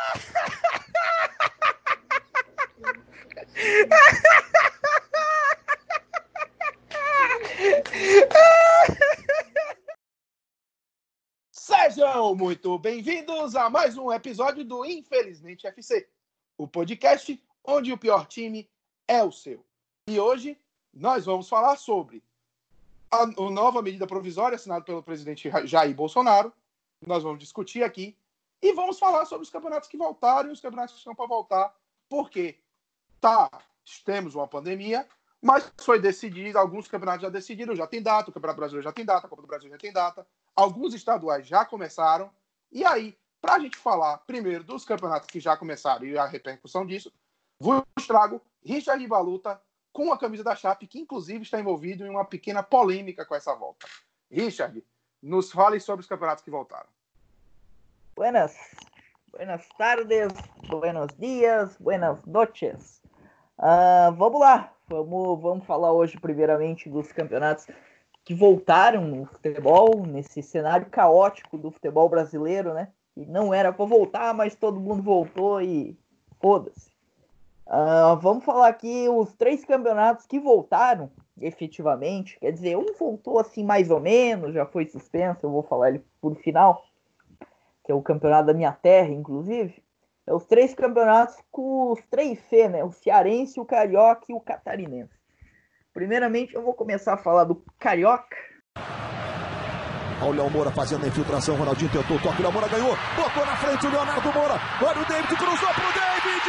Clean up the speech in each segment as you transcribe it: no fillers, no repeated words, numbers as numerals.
Sejam muito bem-vindos a mais um episódio do Infelizmente FC, o podcast onde o pior time é o seu. E hoje nós vamos falar sobre a nova medida provisória assinada pelo presidente Jair Bolsonaro. Nós vamos discutir aqui e vamos falar sobre os campeonatos que voltaram e os campeonatos que estão para voltar, porque temos uma pandemia, mas foi decidido, alguns campeonatos já decidiram, já tem data, o Campeonato Brasileiro já tem data, a Copa do Brasil já tem data, alguns estaduais já começaram. E aí, para a gente falar primeiro dos campeonatos que já começaram e a repercussão disso, vos trago Richard Valuta com a camisa da Chape, que inclusive está envolvido em uma pequena polêmica com essa volta. Richard, nos fale sobre os campeonatos que voltaram. Buenas tardes, buenos dias, buenas noches. Vamos lá, vamos falar hoje primeiramente dos campeonatos que voltaram no futebol, nesse cenário caótico do futebol brasileiro, né? Que não era para voltar, mas todo mundo voltou e foda-se. Vamos falar aqui os 3 campeonatos que voltaram efetivamente. Quer dizer, um voltou assim mais ou menos, já foi suspenso, eu vou falar ele por final, que é o campeonato da minha terra, inclusive. É os 3 campeonatos com os 3 C, né? O cearense, o carioca e o catarinense. Primeiramente, eu vou começar a falar do carioca. Olha o Léo Moura fazendo a infiltração, Ronaldinho tentou, toque, o Léo Moura ganhou, botou na frente o Leonardo Moura, olha o David, cruzou pro David!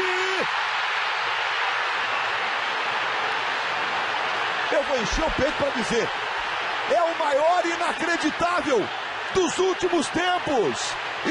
Eu vou encher o peito para dizer, é o maior inacreditável dos últimos tempos!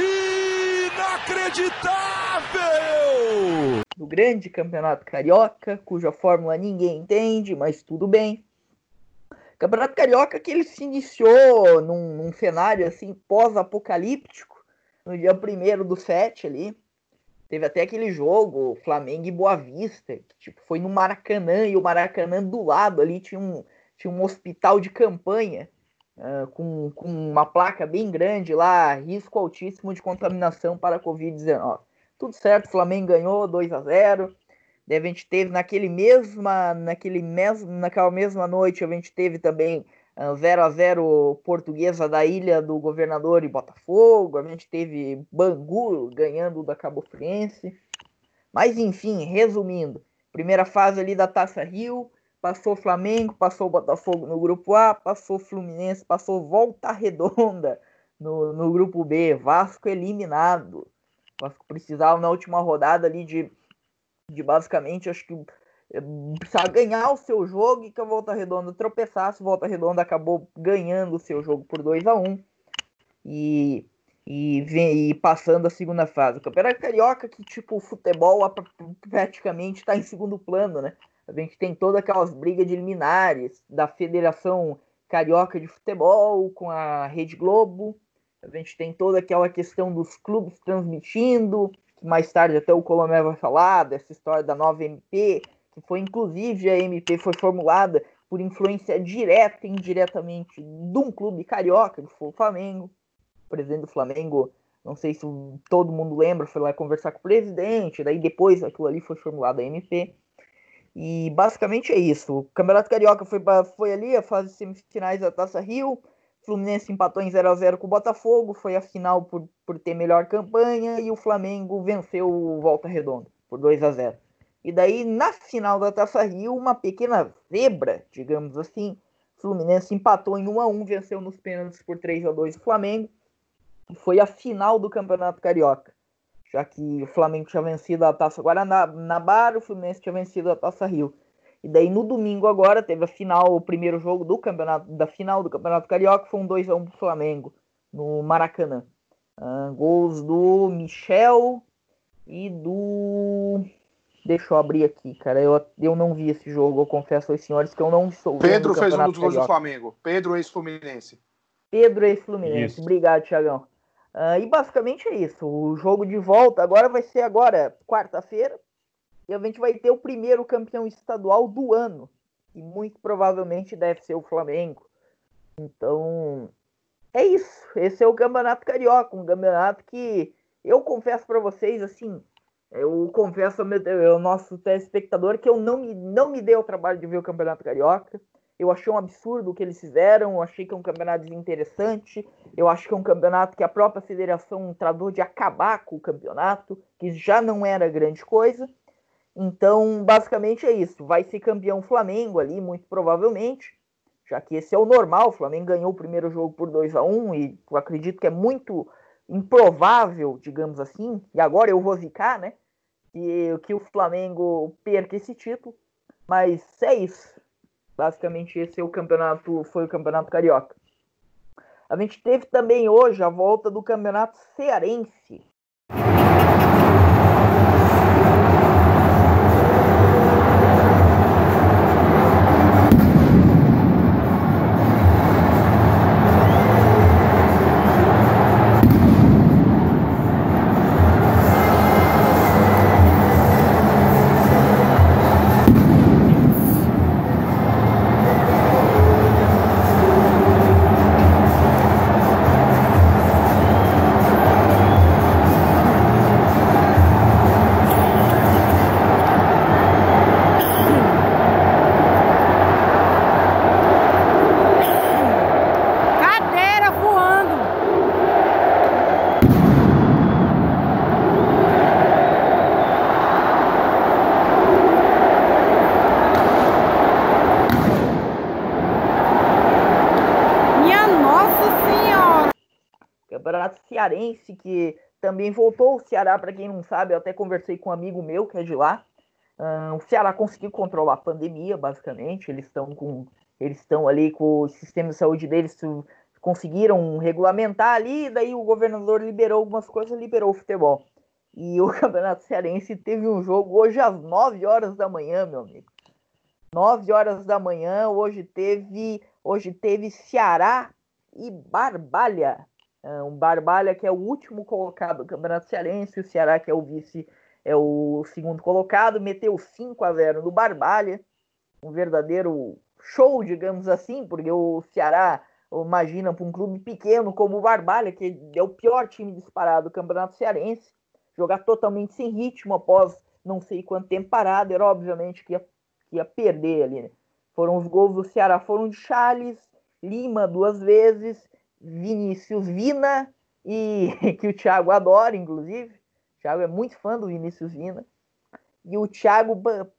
Inacreditável! Do grande campeonato carioca, cuja fórmula ninguém entende, mas tudo bem. Campeonato carioca que ele se iniciou num cenário assim pós-apocalíptico, no dia 1º/7 ali. Teve até aquele jogo, Flamengo e Boa Vista, que tipo, foi no Maracanã, e o Maracanã do lado ali tinha um hospital de campanha, com uma placa bem grande lá, risco altíssimo de contaminação para a Covid-19. Tudo certo, o Flamengo ganhou 2-0. A gente teve naquela mesma noite, a gente teve também 0-0 Portuguesa da Ilha do Governador e Botafogo. A gente teve Bangu ganhando da Cabo Friense. Mas enfim, resumindo, primeira fase ali da Taça Rio, passou Flamengo, passou Botafogo no grupo A, passou Fluminense, passou Volta Redonda no grupo B, Vasco eliminado. Vasco precisava na última rodada ali de basicamente, acho que precisava ganhar o seu jogo e que a Volta Redonda tropeçasse. A Volta Redonda acabou ganhando o seu jogo por 2-1 e passando a segunda fase. O Campeonato Carioca, que tipo, o futebol praticamente está em segundo plano, né? A gente tem todas aquelas brigas de liminares da Federação Carioca de Futebol com a Rede Globo. A gente tem toda aquela questão dos clubes transmitindo, que mais tarde até o Colomé vai falar, dessa história da nova MP, que foi inclusive a MP foi formulada por influência direta e indiretamente de um clube carioca, que foi o Flamengo. O presidente do Flamengo, não sei se todo mundo lembra, foi lá conversar com o presidente, daí depois aquilo ali foi formulado a MP. E basicamente é isso. O Campeonato Carioca foi ali, a fase semifinais da Taça Rio. Fluminense empatou em 0-0 com o Botafogo, foi a final por ter melhor campanha, e o Flamengo venceu o Volta Redonda por 2-0. E daí, na final da Taça Rio, uma pequena zebra, digamos assim, o Fluminense empatou em 1-1, venceu nos pênaltis por 3-2 o Flamengo, e foi a final do Campeonato Carioca, já que o Flamengo tinha vencido a Taça Guanabara, o Fluminense tinha vencido a Taça Rio. E daí no domingo agora teve a final, o primeiro jogo da final do Campeonato Carioca, foi um 2-1 pro Flamengo, no Maracanã. Gols do Michel e do... Deixa eu abrir aqui, cara. Eu não vi esse jogo, eu confesso aos senhores que eu não sou... Pedro fez um dos gols do Flamengo. Pedro, ex-Fluminense. Pedro, ex-Fluminense. Isso. Obrigado, Thiagão. E basicamente é isso. O jogo de volta agora vai ser quarta-feira. E a gente vai ter o primeiro campeão estadual do ano. E muito provavelmente deve ser o Flamengo. Então, é isso. Esse é o Campeonato Carioca. Um campeonato que Eu confesso para vocês, assim, eu confesso ao nosso telespectador que eu não me dei o trabalho de ver o Campeonato Carioca. Eu achei um absurdo o que eles fizeram, eu achei que é um campeonato desinteressante, eu acho que é um campeonato que a própria federação tratou de acabar com o campeonato, que já não era grande coisa. Então, basicamente é isso. Vai ser campeão o Flamengo ali, muito provavelmente, já que esse é o normal. O Flamengo ganhou o primeiro jogo por 2-1 e eu acredito que é muito improvável, digamos assim, e agora eu vou zicar, né, que o Flamengo perca esse título, mas é isso. Basicamente esse é o campeonato, foi o Campeonato Carioca. A gente teve também hoje a volta do Campeonato Cearense. Campeonato Cearense, que também voltou. O Ceará, para quem não sabe, eu até conversei com um amigo meu que é de lá. O Ceará conseguiu controlar a pandemia, basicamente. Eles estão ali com o sistema de saúde deles, conseguiram regulamentar ali, e daí o governador liberou algumas coisas, liberou o futebol. E o Campeonato Cearense teve um jogo hoje às 9 horas da manhã, meu amigo. 9 horas da manhã, hoje teve Ceará e Barbalha. Um Barbalha que é o último colocado do Campeonato Cearense, o Ceará que é o vice, é o segundo colocado, meteu 5-0 no Barbalha, um verdadeiro show, digamos assim, porque o Ceará, imagina, para um clube pequeno como o Barbalha, que é o pior time disparado do Campeonato Cearense, jogar totalmente sem ritmo após não sei quanto tempo parado, era obviamente que ia perder ali, né? Foram os gols do Ceará, foram de Charles, Lima 2 vezes, Vinícius Vina, e que o Thiago adora, inclusive. O Thiago é muito fã do Vinícius Vina. E o Thiago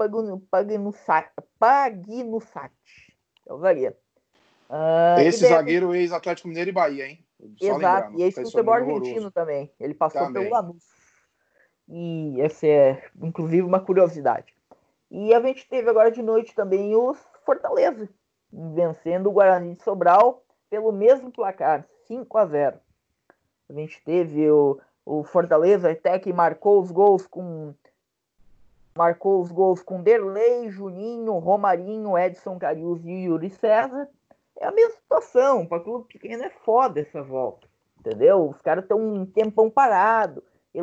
Pagnussati, é o zagueiro. Esse zagueiro ex-Atlético Mineiro e Bahia, hein? Só exato, e ex-futebol argentino também. Ele passou pelo Lanús. E essa é, inclusive, uma curiosidade. E a gente teve agora de noite também o Fortaleza, vencendo o Guarani de Sobral pelo mesmo placar, 5-0. A gente teve o Fortaleza até que marcou os gols com Derlei, Juninho, Romarinho, Edson Carius e Yuri César. É a mesma situação, para clube pequeno é foda essa volta, entendeu? Os caras estão um tempão parado,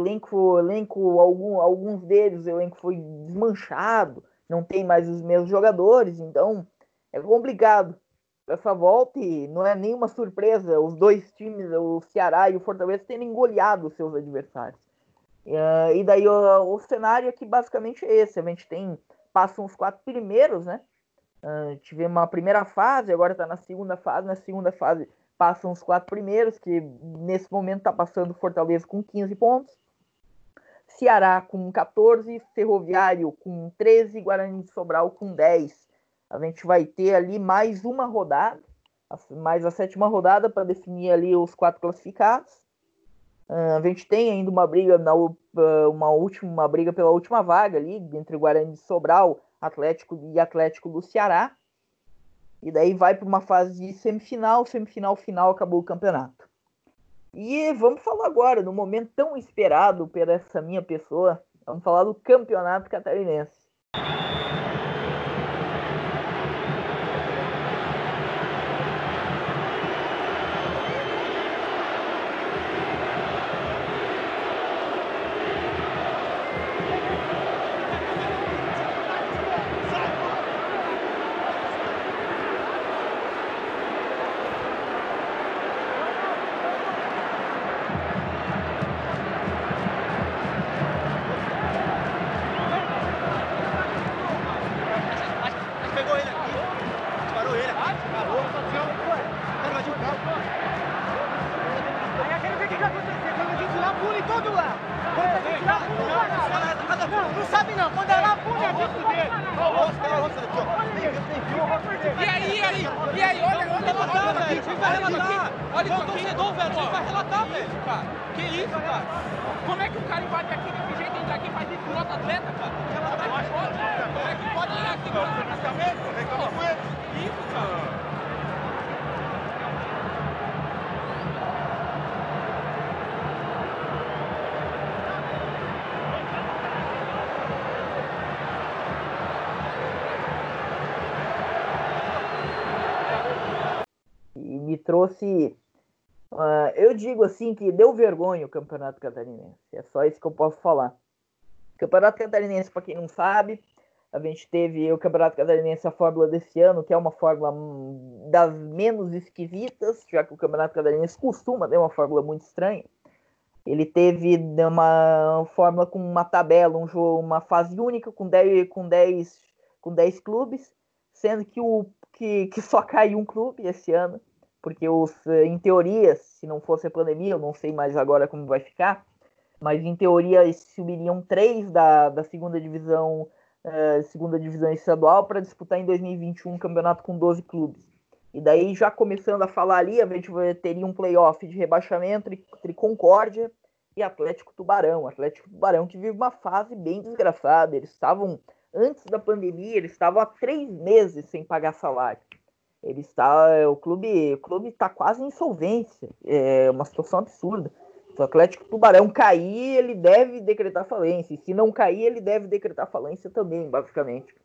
alguns deles, o elenco foi desmanchado, não tem mais os mesmos jogadores, então é complicado essa volta e não é nenhuma surpresa os dois times, o Ceará e o Fortaleza, terem goleado os seus adversários. E daí o cenário aqui basicamente é esse, a gente passam os 4 primeiros, né? Tivemos uma primeira fase, agora está na segunda fase passam os 4 primeiros, que nesse momento está passando o Fortaleza com 15 pontos, Ceará com 14, Ferroviário com 13, Guarani de Sobral com 10. A gente vai ter ali mais uma rodada, mais a 7ª rodada para definir ali os 4 classificados. A gente tem ainda uma briga uma briga pela última vaga ali entre Guarani de Sobral, Atlético do Ceará. E daí vai para uma fase de semifinal, final, acabou o campeonato. E vamos falar agora, no momento tão esperado por essa minha pessoa, vamos falar do Campeonato Catarinense. E aí, olha isso aqui. Olha isso aqui, velho. Vai relatar, velho, cara. Que isso, cara? Como é que o cara invade aqui desse jeito, entra aqui e faz isso com outro atleta, cara? Como é que pode ir aqui? Reclama com ele. Isso, cara. Me trouxe, eu digo assim, que deu vergonha o Campeonato Catarinense, é só isso que eu posso falar. O Campeonato Catarinense, para quem não sabe, a gente teve o Campeonato Catarinense, a fórmula desse ano, que é uma fórmula das menos esquisitas, já que o Campeonato Catarinense costuma ter uma fórmula muito estranha. Ele teve uma fórmula com uma tabela, um jogo, uma fase única com 10 clubes, sendo que só caiu um clube esse ano, porque em teoria, se não fosse a pandemia, eu não sei mais agora como vai ficar, mas em teoria subiriam 3 da segunda divisão estadual para disputar em 2021 um campeonato com 12 clubes. E daí, já começando a falar ali, a gente teria um playoff de rebaixamento entre Concórdia e Atlético Tubarão. Atlético Tubarão que vive uma fase bem desgraçada. Eles estavam, antes da pandemia, eles estavam há 3 meses sem pagar salário. O clube está quase em insolvência. É uma situação absurda. Se o Atlético Tubarão cair, ele deve decretar falência. E se não cair, ele deve decretar falência também, basicamente.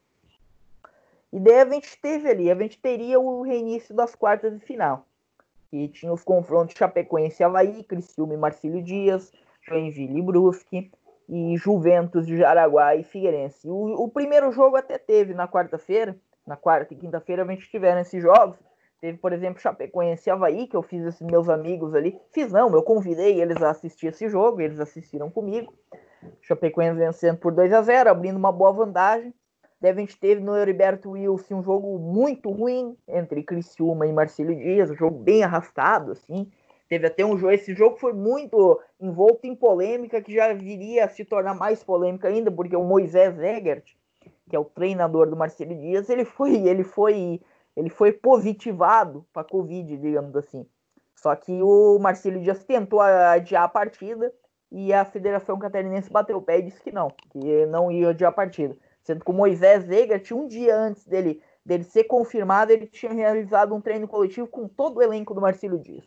E daí a gente teria o reinício das quartas de final. E tinha os confrontos Chapecoense e Avaí, Criciúma e Marcílio Dias, Joinville e Brusque, e Juventus de Jaraguá e Figueirense. O primeiro jogo até teve na quarta-feira. Na quarta e quinta-feira a gente tiveram esses jogos. Teve, por exemplo, Chapecoense e Avaí, que eu fiz esses meus amigos ali. Eu convidei eles a assistir esse jogo, eles assistiram comigo. Chapecoense vencendo por 2-0, abrindo uma boa vantagem. Daí a gente teve no Heriberto Wilson um jogo muito ruim entre Criciúma e Marcílio Dias, um jogo bem arrastado, assim. Teve até esse jogo foi muito envolto em polêmica, que já viria a se tornar mais polêmica ainda, porque o Moisés Egert, que é o treinador do Marcílio Dias, ele foi positivado para Covid, digamos assim. Só que o Marcílio Dias tentou adiar a partida e a Federação Catarinense bateu o pé e disse que não ia adiar a partida. Sendo que o Moisés Egert, um dia antes dele ser confirmado, ele tinha realizado um treino coletivo com todo o elenco do Marcílio Dias.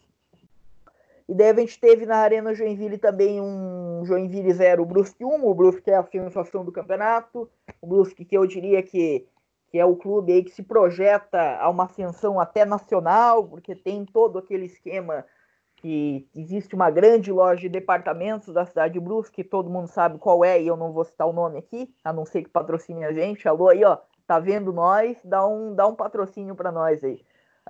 E daí a gente teve na Arena Joinville também um Joinville 0, o Brusque 1, o Brusque é a sensação do campeonato, o Brusque que eu diria que é o clube aí que se projeta a uma ascensão até nacional, porque tem todo aquele esquema que existe uma grande loja de departamentos da cidade de Brusque, que todo mundo sabe qual é, e eu não vou citar o nome aqui, a não ser que patrocine a gente. Alô aí, ó, tá vendo nós? Dá um patrocínio para nós aí.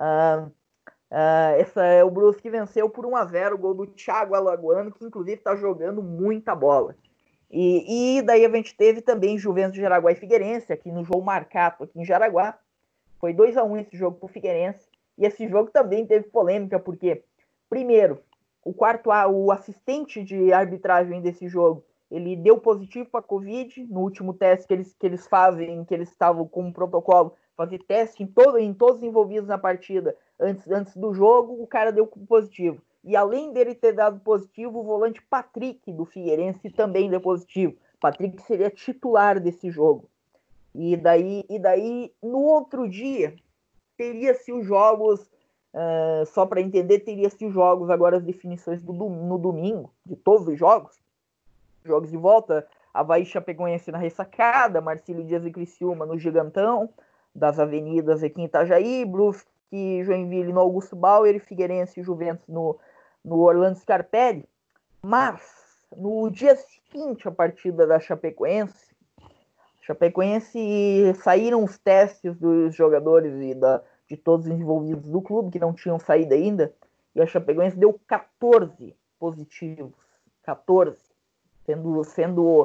Essa é o Brusque que venceu por 1-0, o gol do Thiago Alagoano, que inclusive tá jogando muita bola. E daí a gente teve também Juventus de Jaraguá e Figueirense, aqui no jogo marcado aqui em Jaraguá. Foi 2-1 esse jogo pro Figueirense. E esse jogo também teve polêmica, porque primeiro, o assistente de arbitragem desse jogo, ele deu positivo para Covid, no último teste que eles fazem, que eles estavam com um protocolo, fazer teste em todos envolvidos na partida, antes do jogo, o cara deu positivo. E além dele ter dado positivo, o volante Patrick, do Figueirense, também deu positivo. Patrick seria titular desse jogo. E daí no outro dia, teria-se os jogos... só para entender, teria-se os jogos agora, as definições no domingo, de todos os jogos de volta, Avaí Chapecoense na Ressacada, Marcílio Dias e Criciúma no Gigantão das Avenidas aqui em Itajaí, Brusque e Joinville no Augusto Bauer, e Figueirense e Juventus no Orlando Scarpelli. Mas no dia seguinte, a partida da Chapecoense saíram os testes dos jogadores e de todos os envolvidos do clube, que não tinham saído ainda, e a Chapecoense deu 14 positivos. 14. Sendo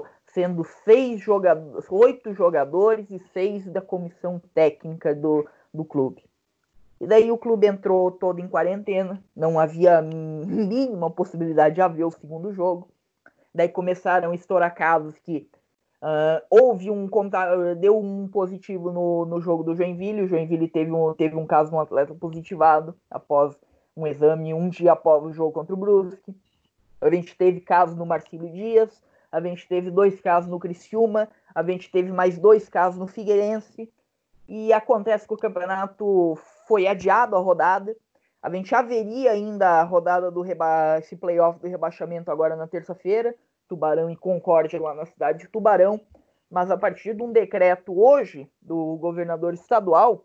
8 jogadores e 6 da comissão técnica do clube. E daí o clube entrou todo em quarentena, não havia mínima possibilidade de haver o segundo jogo. Daí começaram a estourar casos que Houve deu um positivo no jogo do Joinville. O Joinville teve um caso de um atleta positivado após um exame, um dia após o jogo contra o Brusque. A gente teve casos no Marcílio Dias, a gente teve 2 casos no Criciúma, a gente teve mais 2 casos no Figueirense. E acontece que o campeonato foi adiado a rodada. A gente haveria ainda a rodada esse playoff do rebaixamento agora na terça-feira, Tubarão e Concórdia lá na cidade de Tubarão, mas a partir de um decreto hoje do governador estadual,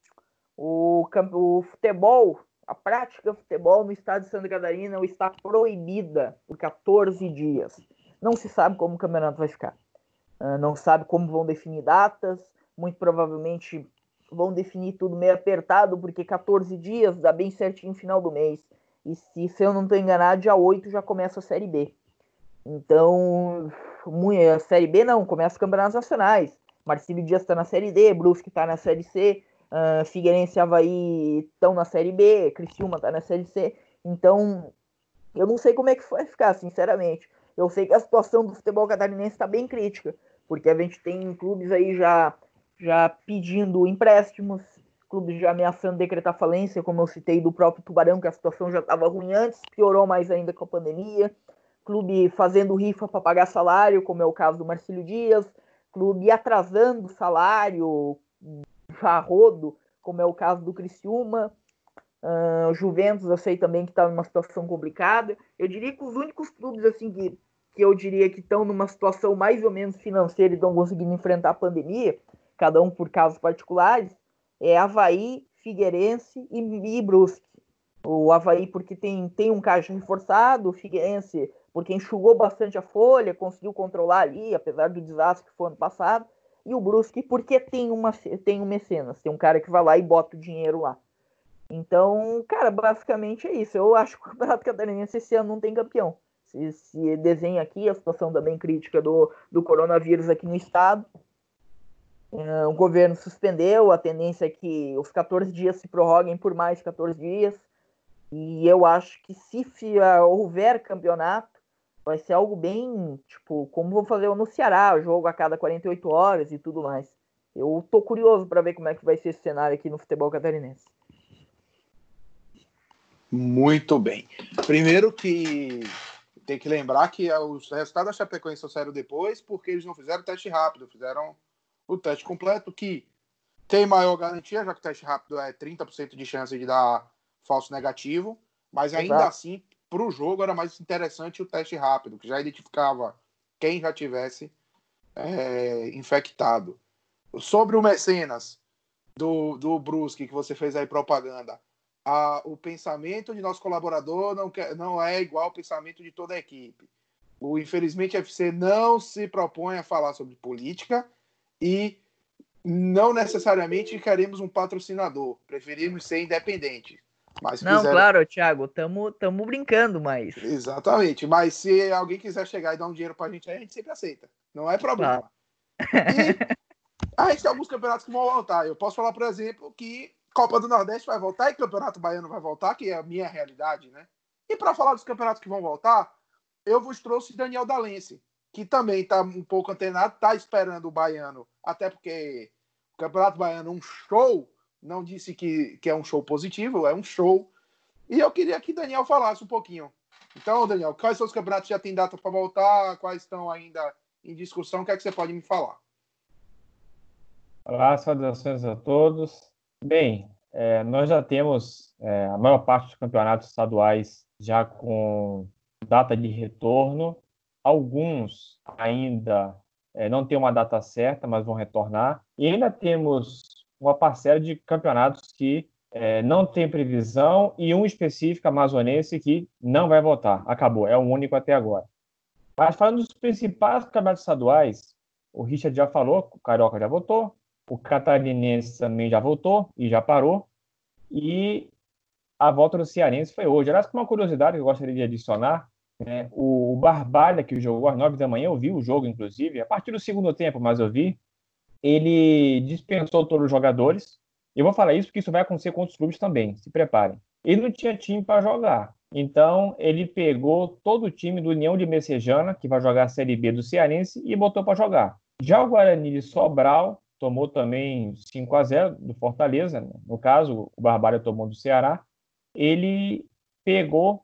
o futebol, a prática do futebol no estado de Santa Catarina está proibida por 14 dias. Não se sabe como o campeonato vai ficar. Não sabe como vão definir datas, muito provavelmente vão definir tudo meio apertado, porque 14 dias dá bem certinho no final do mês. E se eu não estou enganado, dia 8 já começa a Série B. Então, a Série B não, começa os campeonatos nacionais. Marcílio Dias está na Série D, Brusque está na Série C, Figueirense e Avaí estão na Série B, Criciúma está na Série C. Então, eu não sei como é que vai ficar, sinceramente. Eu sei que a situação do futebol catarinense está bem crítica, porque a gente tem clubes aí já pedindo empréstimos, clubes já ameaçando decretar falência, como eu citei do próprio Tubarão, que a situação já estava ruim antes, piorou mais ainda com a pandemia. Clube fazendo rifa para pagar salário, como é o caso do Marcílio Dias, clube atrasando salário a rodo, como é o caso do Criciúma, Juventus, eu sei também que está numa situação complicada. Eu diria que os únicos clubes assim que eu diria que estão numa situação mais ou menos financeira e estão conseguindo enfrentar a pandemia, cada um por casos particulares, é Avaí, Figueirense e Brusque. O Avaí porque tem um caixa reforçado, o Figueirense porque enxugou bastante a folha, conseguiu controlar ali, apesar do desastre que foi ano passado, e o Brusque porque tem um mecenas, tem um cara que vai lá e bota o dinheiro lá. Então, cara, basicamente é isso. Eu acho que o Campeonato Catarinense esse ano não tem campeão. Se desenha aqui a situação da bem crítica do coronavírus aqui no estado. O governo suspendeu, a tendência é que os 14 dias se prorroguem por mais 14 dias. E eu acho que se houver campeonato, vai ser algo bem, tipo, como vão fazer no Ceará, o jogo a cada 48 horas e tudo mais. Eu tô curioso para ver como é que vai ser esse cenário aqui no futebol catarinense. Muito bem. Primeiro que tem que lembrar que os resultados da Chapecoense só saíram depois porque eles não fizeram teste rápido, fizeram o teste completo, que tem maior garantia, já que o teste rápido é 30% de chance de dar falso negativo, mas ainda assim, para o jogo era mais interessante o teste rápido, que já identificava quem já tivesse infectado. Sobre o mecenas do Brusque, que você fez aí propaganda, o pensamento de nosso colaborador não é igual ao pensamento de toda a equipe. O Infelizmente FC não se propõe a falar sobre política e não necessariamente queremos um patrocinador. Preferimos ser independentes. Mas claro, Thiago, tamo brincando, mas... Exatamente, mas se alguém quiser chegar e dar um dinheiro pra gente, a gente sempre aceita. Não é problema. Claro. E a gente tem alguns campeonatos que vão voltar. Eu posso falar, por exemplo, que Copa do Nordeste vai voltar e Campeonato Baiano vai voltar, que é a minha realidade, né? E para falar dos campeonatos que vão voltar, eu vos trouxe Daniel Dalense, que também está um pouco antenado, está esperando o Baiano, até porque o Campeonato Baiano é um show, não disse que é um show positivo, é um show. E eu queria que Daniel falasse um pouquinho. Então, Daniel, quais são os campeonatos que já tem data para voltar? Quais estão ainda em discussão? O que é que você pode me falar? Olá, saudações a todos. Bem, nós já temos a maior parte dos campeonatos estaduais já com data de retorno. Alguns ainda não têm uma data certa, mas vão retornar. E ainda temos uma parcela de campeonatos que não tem previsão e um específico amazonense que não vai voltar. Acabou, é o único até agora. Mas falando dos principais campeonatos estaduais, o Richard já falou, o Carioca já voltou, o Catarinense também já voltou e já parou. E a volta do Cearense foi hoje. Aliás, com uma curiosidade que eu gostaria de adicionar, o Barbalha, que jogou às 9 da manhã, eu vi o jogo, inclusive, a partir do segundo tempo, mas eu vi, ele dispensou todos os jogadores. Eu vou falar isso porque isso vai acontecer com outros clubes também, se preparem. Ele não tinha time para jogar, então ele pegou todo o time do União de Messejana, que vai jogar a Série B do Cearense, e botou para jogar. Já o Guarani de Sobral tomou também 5-0 do Fortaleza, né? No caso, o Barbalha tomou do Ceará. Ele pegou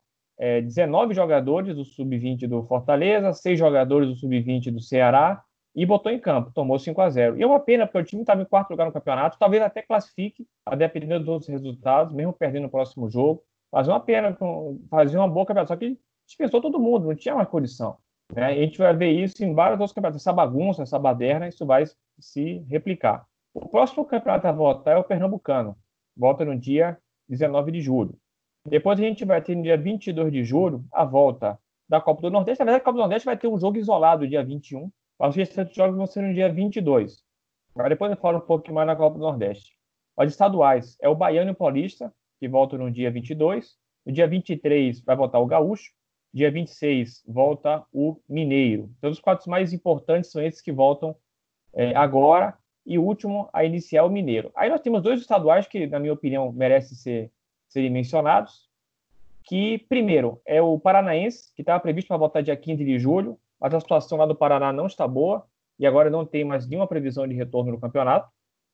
19 jogadores do Sub-20 do Fortaleza, 6 jogadores do Sub-20 do Ceará e botou em campo, tomou 5-0. E é uma pena, porque o time estava em quarto lugar no campeonato, talvez até classifique, a depender dos outros resultados, mesmo perdendo o próximo jogo. Mas é uma pena, fazia uma boa campeonato, só que dispensou todo mundo, não tinha mais condição. Né? A gente vai ver isso em vários outros campeonatos. Essa bagunça, essa baderna, isso vai se replicar. O próximo campeonato a voltar é o Pernambucano. Volta no dia 19 de julho. Depois a gente vai ter no dia 22 de julho a volta da Copa do Nordeste. Na verdade, a Copa do Nordeste vai ter um jogo isolado dia 21. Mas os restantes jogos vão ser no dia 22. Mas depois eu falo um pouquinho mais na Copa do Nordeste. Os estaduais é o Baiano e o Paulista, que voltam no dia 22. No dia 23 vai voltar o Gaúcho. Dia 26 volta o Mineiro. Então, os 4 mais importantes são esses que voltam agora. E o último a iniciar o Mineiro. Aí nós temos 2 estaduais que, na minha opinião, merecem serem mencionados. Que, primeiro, é o Paranaense, que estava previsto para voltar dia 15 de julho, mas a situação lá do Paraná não está boa. E agora não tem mais nenhuma previsão de retorno no campeonato.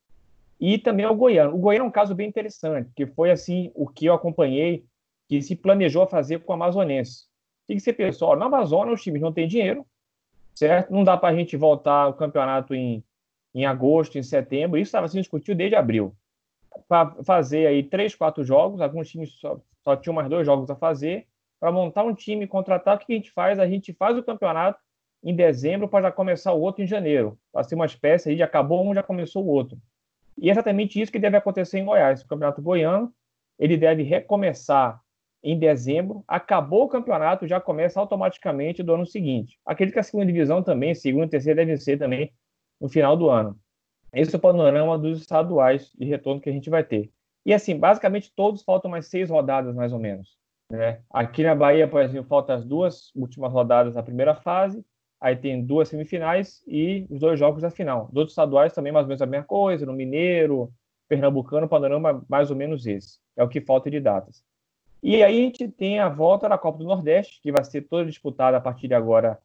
E também é o Goiano. O Goiano é um caso bem interessante, que foi assim o que eu acompanhei, que se planejou fazer com o Amazonense. O que você pensou? Na Amazônia, os times não têm dinheiro, certo? Não dá para a gente voltar o campeonato em agosto, em setembro. Isso estava sendo discutido desde abril. Para fazer aí 3, 4 jogos, alguns times só tinham mais 2 jogos a fazer. Para montar um time e contratar, o que a gente faz? A gente faz o campeonato em dezembro para já começar o outro em janeiro. Para ser uma espécie aí de acabou um, já começou o outro. E é exatamente isso que deve acontecer em Goiás. O campeonato goiano, ele deve recomeçar em dezembro, acabou o campeonato, já começa automaticamente do ano seguinte. Acredito que a segunda divisão também, segunda e terceira, devem ser também no final do ano. Esse é o panorama dos estaduais de retorno que a gente vai ter. E assim, basicamente todos faltam mais 6 rodadas, mais ou menos. Né? Aqui na Bahia, por exemplo, faltam as 2 últimas rodadas da primeira fase, aí tem 2 semifinais e os 2 jogos da final. Os outros estaduais também mais ou menos a mesma coisa, no Mineiro, Pernambucano, o panorama mais ou menos esse. É o que falta de datas. E aí a gente tem a volta da Copa do Nordeste, que vai ser toda disputada a partir de agora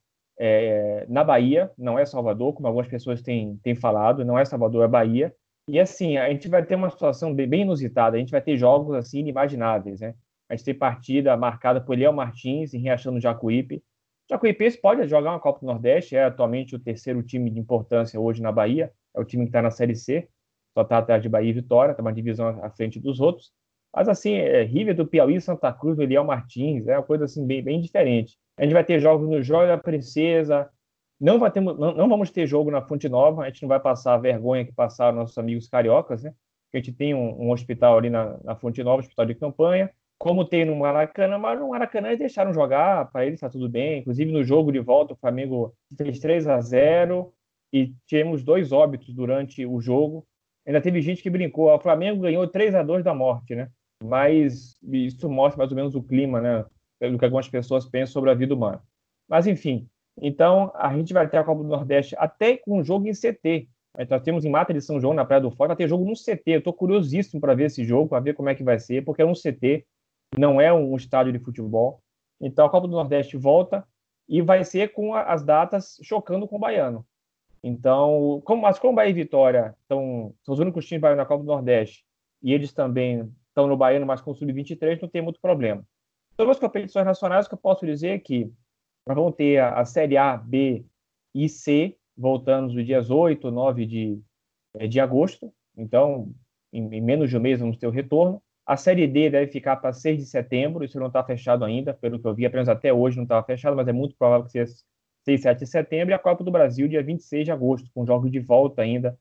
na Bahia, não é Salvador, como algumas pessoas têm falado, não é Salvador, é Bahia. E assim, a gente vai ter uma situação bem inusitada, a gente vai ter jogos assim inimagináveis, né? A gente tem partida marcada por Eliel Martins em Riachão do Jacuípe. Jacuipense pode jogar uma Copa do Nordeste, é atualmente o 3º time de importância hoje na Bahia, é o time que está na Série C, só está atrás de Bahia e Vitória, está uma divisão à frente dos outros. Mas assim, River do Piauí, Santa Cruz, do Eliel Martins, é uma coisa assim bem diferente. A gente vai ter jogos no Joia da Princesa, não vamos ter jogo na Fonte Nova, a gente não vai passar a vergonha que passaram nossos amigos cariocas, né? A gente tem um hospital ali na Fonte Nova, hospital de campanha, como tem no Maracanã, mas no Maracanã eles deixaram jogar, para eles está tudo bem. Inclusive no jogo de volta, o Flamengo fez 3-0 e tivemos 2 óbitos durante o jogo. Ainda teve gente que brincou, o Flamengo ganhou 3-2 da morte, né? Mas isso mostra mais ou menos o clima, né? Do que algumas pessoas pensam sobre a vida humana. Mas, enfim, então a gente vai ter a Copa do Nordeste até com um jogo em CT. Nós temos em Mata de São João, na Praia do Forte, vai ter jogo no CT. Eu estou curiosíssimo para ver esse jogo, para ver como é que vai ser, porque é um CT, não é um estádio de futebol. Então a Copa do Nordeste volta e vai ser com as datas chocando com o Baiano. Então, como Bahia e Vitória são os únicos times baianos na Copa do Nordeste, e eles também estão no Baiano, mas com o Sub-23, não tem muito problema. Sobre as competições nacionais, o que eu posso dizer é que nós vamos ter a Série A, B e C, voltando nos dias 8, 9 de agosto. Então, em menos de um mês, vamos ter o retorno. A Série D deve ficar para 6 de setembro, isso não está fechado ainda, pelo que eu vi, apenas até hoje não estava fechado, mas é muito provável que seja 6, 7 de setembro, e a Copa do Brasil, dia 26 de agosto, com jogos de volta ainda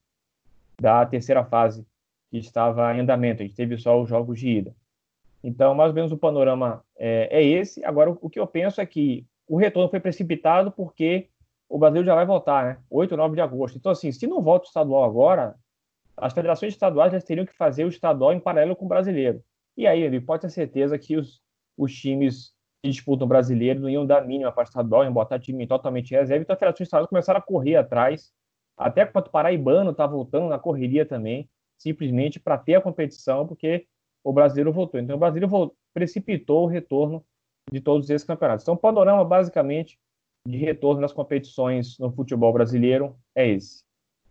da terceira fase, que estava em andamento. A gente teve só os jogos de ida. Então, mais ou menos o panorama é esse. Agora, o que eu penso é que o retorno foi precipitado porque o Brasil já vai voltar, né? 8 ou 9 de agosto. Então, assim, se não volta o estadual agora, as federações estaduais já teriam que fazer o estadual em paralelo com o brasileiro. E aí, ele pode ter certeza que os times que disputam o brasileiro não iam dar mínima para o estadual, iam botar time totalmente reserva. Então, as federações estaduais começaram a correr atrás. Até o Paraibano está voltando na correria também, simplesmente para ter a competição, porque o brasileiro voltou. Então, o brasileiro precipitou o retorno de todos esses campeonatos. Então, o panorama, basicamente, de retorno das competições no futebol brasileiro é esse.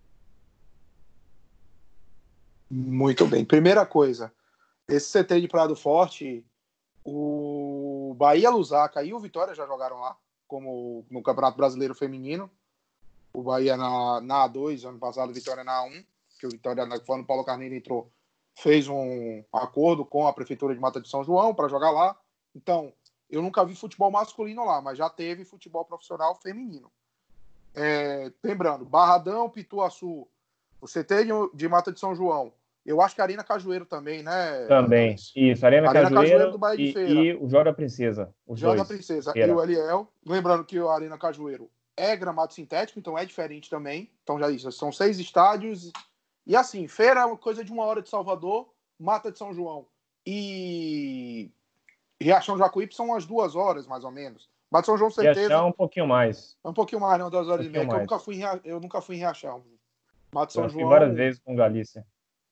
Muito bem. Primeira coisa, esse CT de Prado Forte, o Bahia Lusaka e o Vitória já jogaram lá, como no Campeonato Brasileiro Feminino. O Bahia na A2, ano passado, o Vitória na A1, que o Vitória, quando o Paulo Carneiro entrou, fez um acordo com a Prefeitura de Mata de São João para jogar lá. Então, eu nunca vi futebol masculino lá, mas já teve futebol profissional feminino. Lembrando, Barradão, Pituaçu, o CT de Mata de São João. Eu acho que a Arena Cajueiro também, né? Também, isso. Arena Cajueiro do Bahia de Feira. E o Joga Princesa. Joga Princesa e o Eliel. Lembrando que a Arena Cajueiro é gramado sintético, então é diferente também. Então já disse, são 6 estádios. E assim, Feira é uma coisa de 1 hora de Salvador, Mata de São João e Riachão Jacuípe são umas 2 horas, mais ou menos. Mata de São João, certeza. Riachão um pouquinho mais. Um pouquinho mais, não, 2 horas e meia. Eu nunca fui em Riachão. Mata de São João. Várias vezes com Galícia.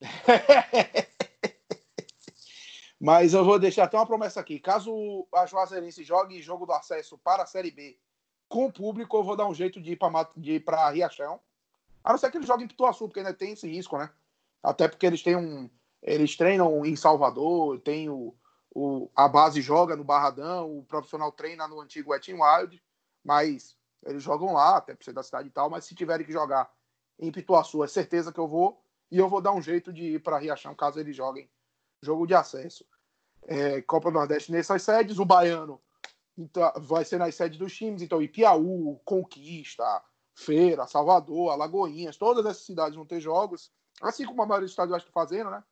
Mas eu vou deixar até uma promessa aqui. Caso a Juazeirense jogue jogo do acesso para a Série B com o público, eu vou dar um jeito de ir para Riachão. A não ser que eles joguem em Pituaçu, porque ainda tem esse risco, né? Até porque eles treinam em Salvador, a base joga no Barradão, o profissional treina no antigo Wet n Wild, mas eles jogam lá, até por ser da cidade e tal, mas se tiverem que jogar em Pituaçu, é certeza que eu vou, e eu vou dar um jeito de ir para Riachão, caso eles joguem jogo de acesso. Copa do Nordeste nessas sedes, o Baiano então, vai ser nas sedes dos times, então Ipiaú, Conquista, Feira, Salvador, Alagoinhas, todas essas cidades vão ter jogos, assim como a maioria dos estaduais estão fazendo, né?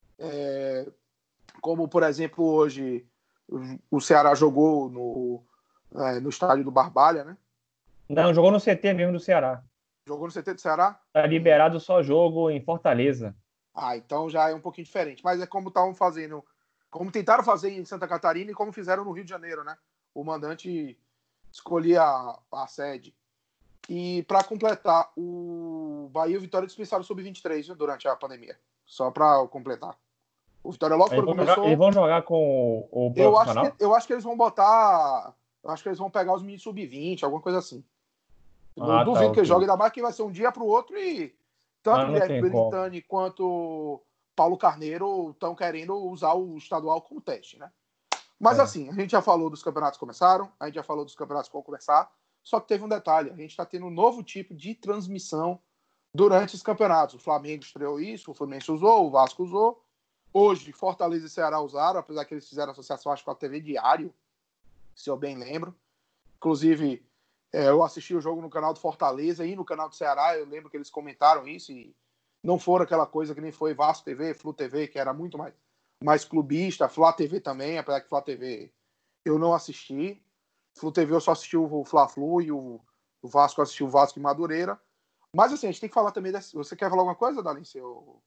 Como, por exemplo, hoje o Ceará jogou no estádio do Barbalha, né? Não, jogou no CT mesmo do Ceará. Jogou no CT do Ceará? Tá liberado só jogo em Fortaleza. Então já é um pouquinho diferente. Mas é como estavam fazendo, como tentaram fazer em Santa Catarina e como fizeram no Rio de Janeiro, né? O mandante escolhia a sede. E para completar, o Bahia e o Vitória dispensaram o Sub-23 durante a pandemia. Só para completar. O Vitória logo quando começou... Eles vão jogar com o profissional? Eu acho que eles vão botar... Eu acho que eles vão pegar os meninos Sub-20, alguma coisa assim. Não duvido que eles joguem, ainda mais que vai ser um dia para o outro e tanto o Guilherme Belintani quanto Paulo Carneiro estão querendo usar o estadual como teste, né? Mas assim, a gente já falou dos campeonatos que começaram, a gente já falou dos campeonatos que vão começar, só que teve um detalhe, a gente está tendo um novo tipo de transmissão durante os campeonatos. O Flamengo estreou isso, o Fluminense usou, o Vasco usou. Hoje, Fortaleza e Ceará usaram, apesar que eles fizeram associação, acho, com a TV Diário, se eu bem lembro. Inclusive, eu assisti o jogo no canal do Fortaleza e no canal do Ceará, eu lembro que eles comentaram isso e não foram aquela coisa que nem foi Vasco TV, Flu TV, que era muito mais clubista, Flá TV também, apesar que Flá TV eu não assisti. Flu TV eu só assisti o Fla-Flu e o Vasco assistiu o Vasco e Madureira. Mas assim, a gente tem que falar também Você quer falar alguma coisa, Dalince?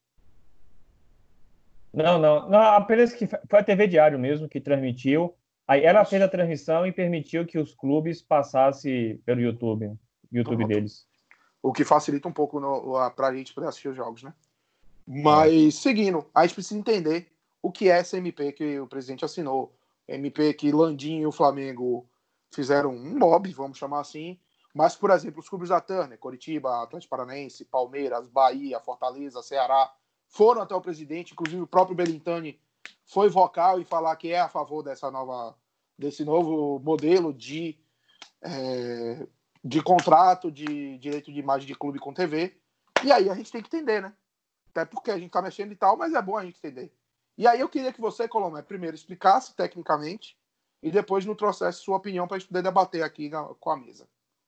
Não, apenas que foi a TV Diário mesmo que transmitiu. Aí ela fez a transmissão e permitiu que os clubes passassem pelo YouTube deles. O que facilita um pouco pra gente poder assistir os jogos, né? Mas, seguindo, a gente precisa entender o que é essa MP que o presidente assinou. MP que Landim e o Flamengo fizeram um lobby, vamos chamar assim. Mas, por exemplo, os clubes da Turner, Coritiba, Atlético Paranaense, Palmeiras, Bahia, Fortaleza, Ceará, foram até o presidente, inclusive o próprio Belintani foi vocal e falar que é a favor desse novo modelo de contrato, de direito de imagem de clube com TV. E aí a gente tem que entender, né? Até porque a gente tá mexendo e tal, mas é bom a gente entender. E aí eu queria que você, Colomé, primeiro explicasse tecnicamente e depois nos trouxesse sua opinião para a gente poder debater aqui com a mesa.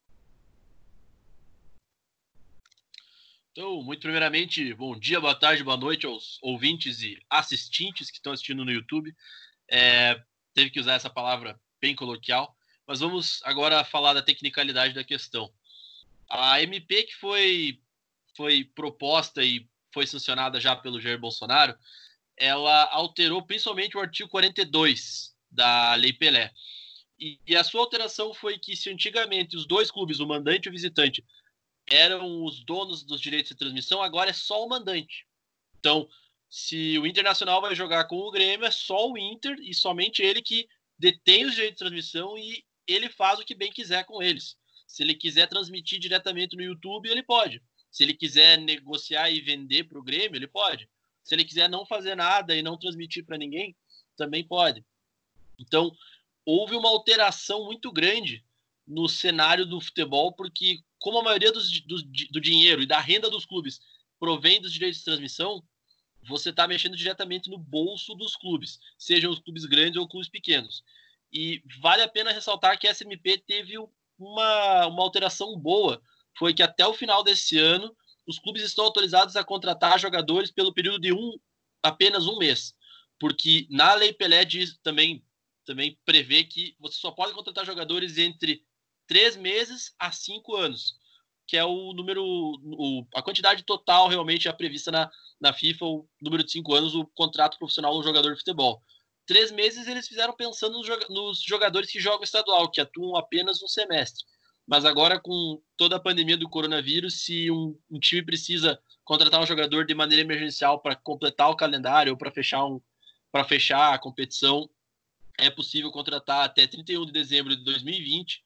Então, muito primeiramente, bom dia, boa tarde, boa noite aos ouvintes e assistentes que estão assistindo no YouTube. Teve que usar essa palavra bem coloquial, mas vamos agora falar da tecnicalidade da questão. A MP que foi proposta e foi sancionada já pelo Jair Bolsonaro, ela alterou principalmente o artigo 42 da Lei Pelé. E a sua alteração foi que se antigamente os dois clubes, o mandante e o visitante, eram os donos dos direitos de transmissão, agora é só o mandante. Então, se o Internacional vai jogar com o Grêmio, é só o Inter e somente ele que detém os direitos de transmissão e ele faz o que bem quiser com eles. Se ele quiser transmitir diretamente no YouTube, ele pode. Se ele quiser negociar e vender para o Grêmio, ele pode. Se ele quiser não fazer nada e não transmitir para ninguém, também pode. Então, houve uma alteração muito grande no cenário do futebol, porque como a maioria do dinheiro e da renda dos clubes provém dos direitos de transmissão, você está mexendo diretamente no bolso dos clubes, sejam os clubes grandes ou clubes pequenos. E vale a pena ressaltar que a SMP teve uma alteração boa, foi que até o final desse ano, os clubes estão autorizados a contratar jogadores pelo período de apenas um mês, porque na Lei Pelé diz, também prevê que você só pode contratar jogadores entre 3 meses a 5 anos, que é o número, a quantidade total realmente é prevista na FIFA, o número de 5 anos, o contrato profissional do jogador de futebol. 3 meses eles fizeram pensando nos jogadores que jogam estadual, que atuam apenas um semestre. Mas agora, com toda a pandemia do coronavírus, se um time precisa contratar um jogador de maneira emergencial para completar o calendário ou para fechar a competição, é possível contratar até 31 de dezembro de 2020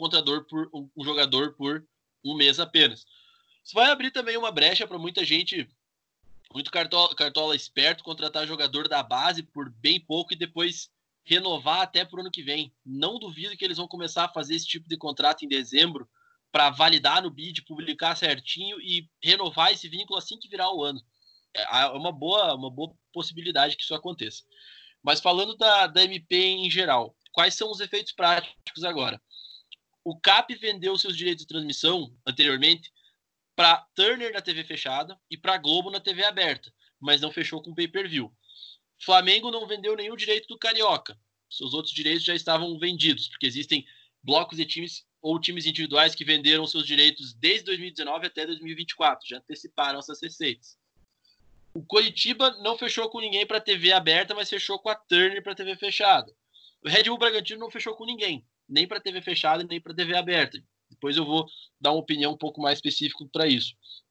um jogador por um mês apenas. Isso vai abrir também uma brecha para muita gente, muito cartola esperto, contratar jogador da base por bem pouco e depois renovar até para o ano que vem. Não duvido que eles vão começar a fazer esse tipo de contrato em dezembro para validar no bid, publicar certinho e renovar esse vínculo assim que virar o ano. É uma boa possibilidade que isso aconteça. Mas falando da MP em geral, quais são os efeitos práticos agora? O CAP vendeu seus direitos de transmissão anteriormente para Turner na TV fechada e para Globo na TV aberta, mas não fechou com pay-per-view. Flamengo não vendeu nenhum direito do Carioca. Seus outros direitos já estavam vendidos, porque existem blocos de times ou times individuais que venderam seus direitos desde 2019 até 2024, já anteciparam essas receitas. O Coritiba não fechou com ninguém para TV aberta, mas fechou com a Turner para TV fechada. O Red Bull Bragantino não fechou com ninguém, nem para TV fechada, nem para TV aberta. Depois eu vou dar uma opinião um pouco mais específica para isso.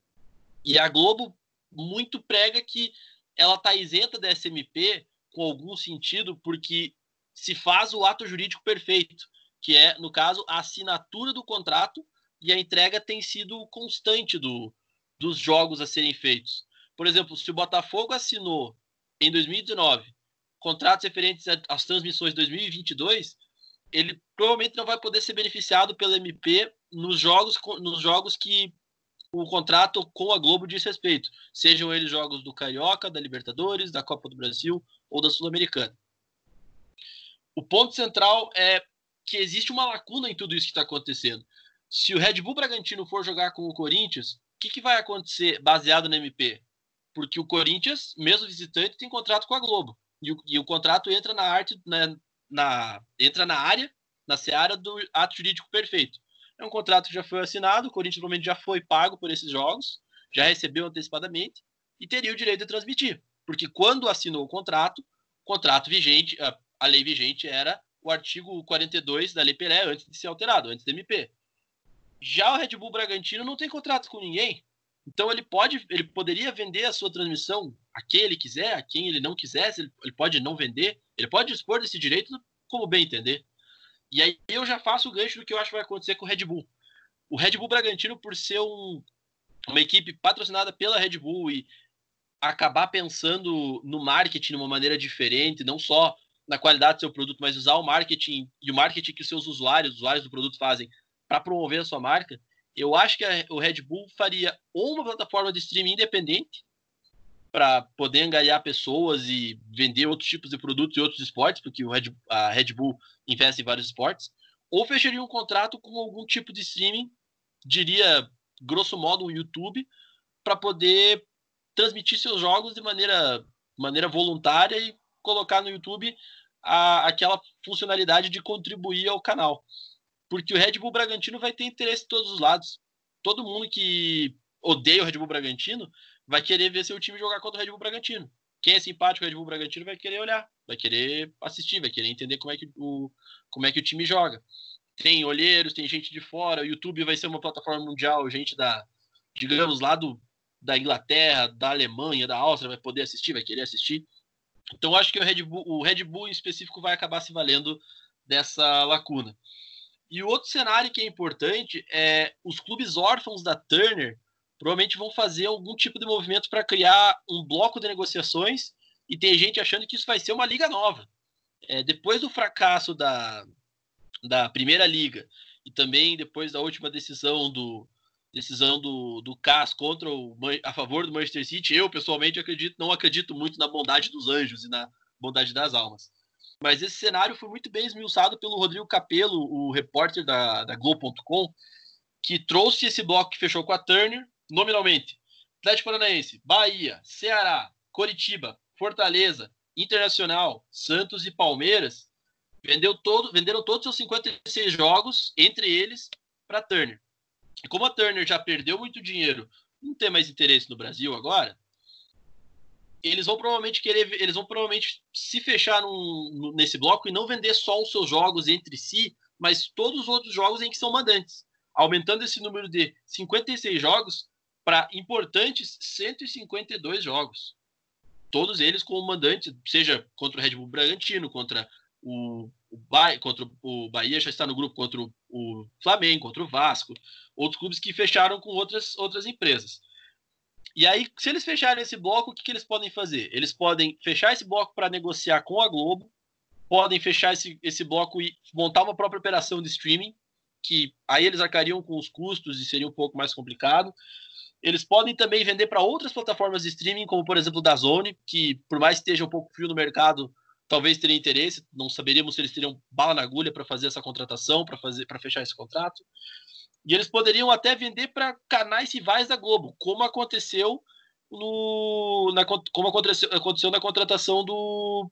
E a Globo muito prega que ela está isenta da SMP com algum sentido, porque se faz o ato jurídico perfeito, que é, no caso, a assinatura do contrato, e a entrega tem sido constante dos jogos a serem feitos. Por exemplo, se o Botafogo assinou em 2019 contratos referentes às transmissões de 2022, ele provavelmente não vai poder ser beneficiado pela MP nos jogos que o contrato com a Globo diz respeito, sejam eles jogos do Carioca, da Libertadores, da Copa do Brasil ou da Sul-Americana. O ponto central é que existe uma lacuna em tudo isso que está acontecendo. Se o Red Bull Bragantino for jogar com o Corinthians, o que vai acontecer baseado na MP? Porque o Corinthians, mesmo visitante, tem contrato com a Globo. E o contrato entra entra na área, na seara do ato jurídico perfeito. É um contrato que já foi assinado, o Corinthians provavelmente já foi pago por esses jogos, já recebeu antecipadamente e teria o direito de transmitir. Porque quando assinou o contrato vigente, a lei vigente era o artigo 42 da Lei Pelé, antes de ser alterado, antes da MP. Já o Red Bull Bragantino não tem contrato com ninguém, então ele poderia vender a sua transmissão a quem ele quiser, a quem ele não quisesse, ele pode não vender, ele pode dispor desse direito como bem entender. E aí eu já faço o gancho do que eu acho que vai acontecer com o Red Bull. O Red Bull Bragantino, por ser uma equipe patrocinada pela Red Bull e acabar pensando no marketing de uma maneira diferente, não só na qualidade do seu produto, mas usar o marketing e o marketing que os seus usuários do produto fazem para promover a sua marca, eu acho que o Red Bull faria ou uma plataforma de streaming independente para poder angariar pessoas e vender outros tipos de produtos e outros esportes, porque a Red Bull investe em vários esportes, ou fecharia um contrato com algum tipo de streaming, diria, grosso modo, um YouTube, para poder transmitir seus jogos de maneira voluntária e colocar no YouTube aquela funcionalidade de contribuir ao canal. Porque o Red Bull Bragantino vai ter interesse de todos os lados. Todo mundo que odeia o Red Bull Bragantino vai querer ver seu time jogar contra o Red Bull Bragantino. Quem é simpático ao Red Bull Bragantino vai querer olhar, vai querer assistir, vai querer entender como é que o time joga. Tem olheiros, tem gente de fora, o YouTube vai ser uma plataforma mundial, gente digamos, lá da Inglaterra, da Alemanha, da Áustria vai poder assistir, vai querer assistir. Então, acho que o Red Bull em específico vai acabar se valendo dessa lacuna. E o outro cenário que é importante é os clubes órfãos da Turner provavelmente vão fazer algum tipo de movimento para criar um bloco de negociações, e tem gente achando que isso vai ser uma liga nova. Depois do fracasso da Primeira Liga e também depois da última decisão do CAS a favor do Manchester City, eu pessoalmente não acredito muito na bondade dos anjos e na bondade das almas. Mas esse cenário foi muito bem esmiuçado pelo Rodrigo Capello, o repórter da Globo.com, que trouxe esse bloco que fechou com a Turner, nominalmente: Atlético Paranaense, Bahia, Ceará, Coritiba, Fortaleza, Internacional, Santos e Palmeiras, venderam todos os seus 56 jogos, entre eles, para a Turner. E como a Turner já perdeu muito dinheiro, não tem mais interesse no Brasil agora, eles vão provavelmente se fechar nesse bloco e não vender só os seus jogos entre si, mas todos os outros jogos em que são mandantes, aumentando esse número de 56 jogos para importantes 152 jogos. Todos eles como mandante, seja contra o Red Bull Bragantino, contra o Bahia, já está no grupo, contra o Flamengo, contra o Vasco, outros clubes que fecharam com outras empresas. E aí, se eles fecharem esse bloco, o que eles podem fazer? Eles podem fechar esse bloco para negociar com a Globo, podem fechar esse bloco e montar uma própria operação de streaming, que aí eles arcariam com os custos e seria um pouco mais complicado. Eles podem também vender para outras plataformas de streaming, como por exemplo o DAZN, que por mais que esteja um pouco frio no mercado, talvez teria interesse. Não saberíamos se eles teriam bala na agulha para fazer essa contratação, para fechar esse contrato. E eles poderiam até vender para canais rivais da Globo, como aconteceu na contratação do